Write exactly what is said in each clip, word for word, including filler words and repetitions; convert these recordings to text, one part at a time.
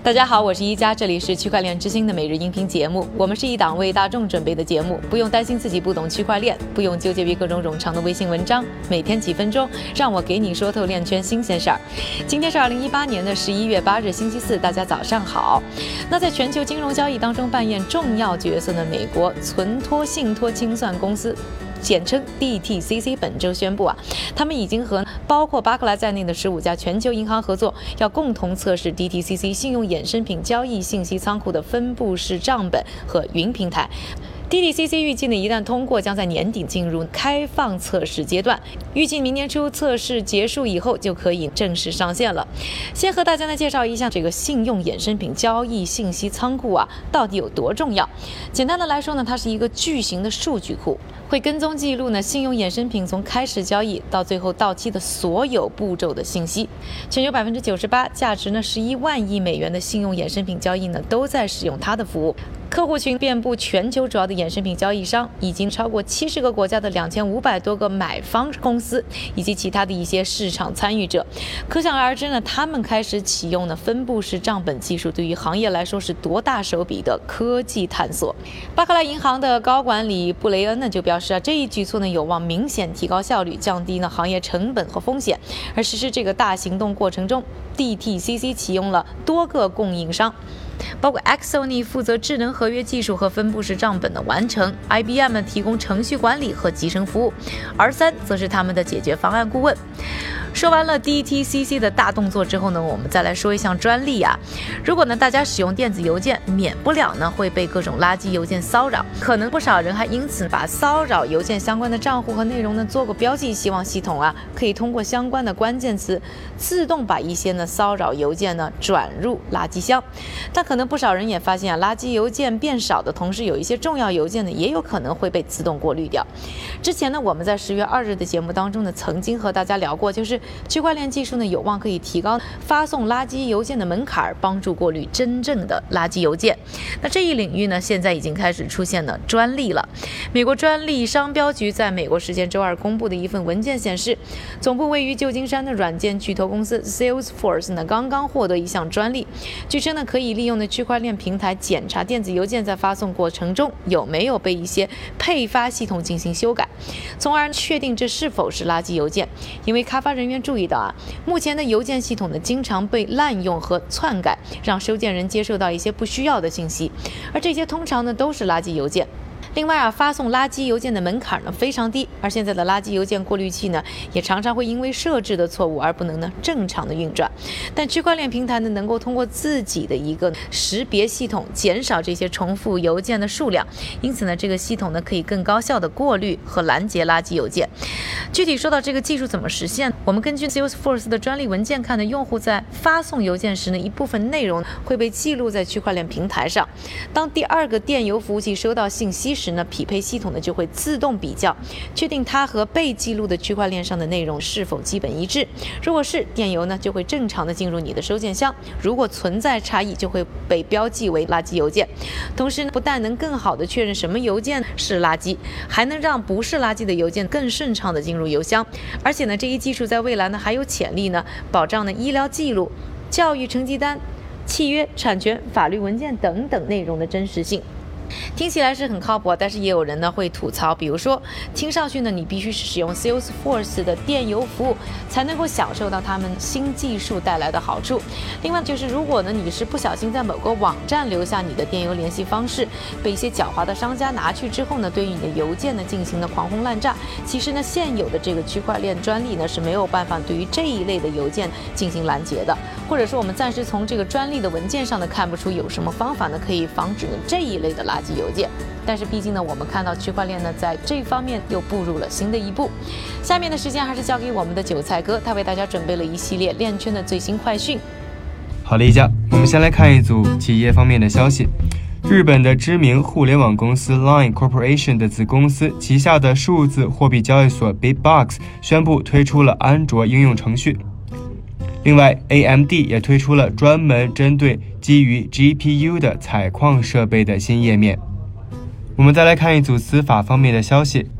大家好，我是一加，这里是区块链之星的每日音频节目。我们是一档为大众准备的节目，不用担心自己不懂区块链，不用纠结于各种冗长的微信文章，每天几分钟，让我给你说透链圈新鲜事儿。今天是二零一八年的十一月八日，星期四，大家早上好。那在全球金融交易当中扮演重要角色的美国存托信托清算公司，简称 D T C C 本周宣布啊，他们已经和包括巴克莱在内的十五家全球银行合作，要共同测试 D T C C 信用衍生品交易信息仓库的分布式账本和云平台。D T C C 预计呢，一旦通过，将在年底进入开放测试阶段，预计明年初测试结束以后就可以正式上线了。先和大家呢介绍一下这个信用衍生品交易信息仓库啊，到底有多重要。简单的来说呢，它是一个巨型的数据库，会跟踪记录呢信用衍生品从开始交易到最后到期的所有步骤的信息。全球百分之九十八，价值呢十一万亿美元的信用衍生品交易呢，都在使用它的服务。客户群遍布全球主要的衍生品交易商，已经超过七十个国家的两千五百多个买方公司，以及其他的一些市场参与者。可想而知呢，他们开始启用呢分布式账本技术，对于行业来说是多大手笔的科技探索。巴克莱银行的高管理布雷恩呢就表示啊，这一举措呢有望明显提高效率，降低呢行业成本和风险。而实施这个大行动过程中 ，D T C C 启用了多个供应商，包括 Axoni 负责智能合约技术和分布式账本的完成 ，I B M 提供程序管理和集成服务 ，R 三 则是他们的解决方案顾问。说完了 D T C C 的大动作之后呢，我们再来说一项专利啊。如果呢大家使用电子邮件，免不了呢会被各种垃圾邮件骚扰，可能不少人还因此把骚扰邮件相关的账户和内容呢做过标记，希望系统啊可以通过相关的关键词自动把一些呢骚扰邮件呢转入垃圾箱。但可能不少人也发现啊，垃圾邮件变少的同时，有一些重要邮件呢也有可能会被自动过滤掉。之前呢我们在十月二日的节目当中呢曾经和大家聊过，就是区块链技术呢有望可以提高发送垃圾邮件的门槛，帮助过滤真正的垃圾邮件。那这一领域呢现在已经开始出现了专利了。美国专利商标局在美国时间周二公布的一份文件显示，总部位于旧金山的软件巨头公司 Salesforce 呢刚刚获得一项专利，据称呢可以利用的区块链平台检查电子邮件在发送过程中有没有被一些配发系统进行修改，从而确定这是否是垃圾邮件。因为开发人员注意到啊，目前的邮件系统呢经常被滥用和篡改，让收件人接受到一些不需要的信息，而这些通常呢都是垃圾邮件。另外啊，发送垃圾邮件的门槛呢非常低，而现在的垃圾邮件过滤器呢，也常常会因为设置的错误而不能呢正常的运转。但区块链平台呢，能够通过自己的一个识别系统，减少这些重复邮件的数量，因此呢，这个系统呢可以更高效的过滤和拦截垃圾邮件。具体说到这个技术怎么实现，我们根据 Salesforce 的专利文件看呢，用户在发送邮件时呢，一部分内容会被记录在区块链平台上。当第二个电邮服务器收到信息时呢，匹配系统呢就会自动比较，确定它和被记录的区块链上的内容是否基本一致。如果是，电邮呢就会正常的进入你的收件箱；如果存在差异，就会被标记为垃圾邮件。同时呢，不但能更好的确认什么邮件是垃圾，还能让不是垃圾的邮件更顺畅的进入邮箱。而且呢，这一技术在未来呢还有潜力呢，保障呢医疗记录、教育成绩单、契约、产权、法律文件等等内容的真实性。听起来是很靠谱，但是也有人呢会吐槽，比如说听上去呢你必须是使用 Salesforce 的电邮服务才能够享受到他们新技术带来的好处。另外就是如果呢你是不小心在某个网站留下你的电邮联系方式，被一些狡猾的商家拿去之后呢，对于你的邮件呢进行了狂轰滥炸，其实呢现有的这个区块链专利呢是没有办法对于这一类的邮件进行拦截的，或者说我们暂时从这个专利的文件上呢看不出有什么方法呢可以防止呢这一类的垃圾邮件。但是毕竟呢我们看到区块链呢在这方面又步入了新的一步。下面的时间还是交给我们的韭菜哥，他为大家准备了一系列链圈的最新快讯。 好的，一家，我们先来看一组企业方面的消息。日本的知名互联网公司 Line Corporation 的子公司旗下的数字货币交易所 Bitbox 宣布推出了安卓应用程序。另外 A M D 也推出了专门针对基于 G P U 的采矿设备的新页面。我们再来看一组司法方面的消息。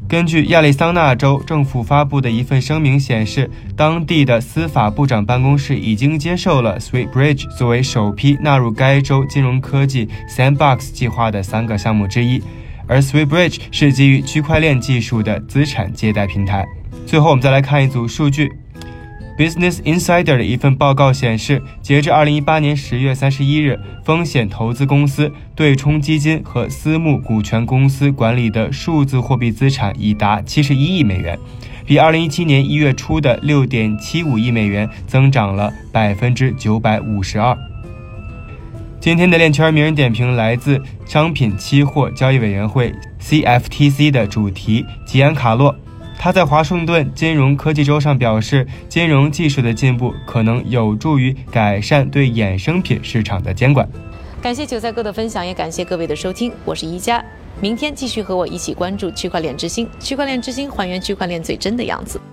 根据亚利桑那州政府发布的一份声明显示，当地的司法部长办公室已经接受了 SweetBridge 作为首批纳入该州金融科技 Sandbox 计划的三个项目之一，而 SweetBridge 是基于区块链技术的资产借贷平台。最后我们再来看一组数据。Business Insider 的一份报告显示，截至二零一八年十月三十一日，风险投资公司、对冲基金和私募股权公司管理的数字货币资产已达七十一亿美元，比二零一七年一月初的 六点七五亿美元增长了 百分之九百五十二。今天的链圈名人点评来自商品期货交易委员会 C F T C 的主题吉安卡洛。他在华盛顿金融科技周上表示，金融技术的进步可能有助于改善对衍生品市场的监管。 感谢韭菜哥的分享，也感谢各位的收听，我是宜家，明天继续和我一起关注区块链之星，区块链之星还原区块链最真的样子。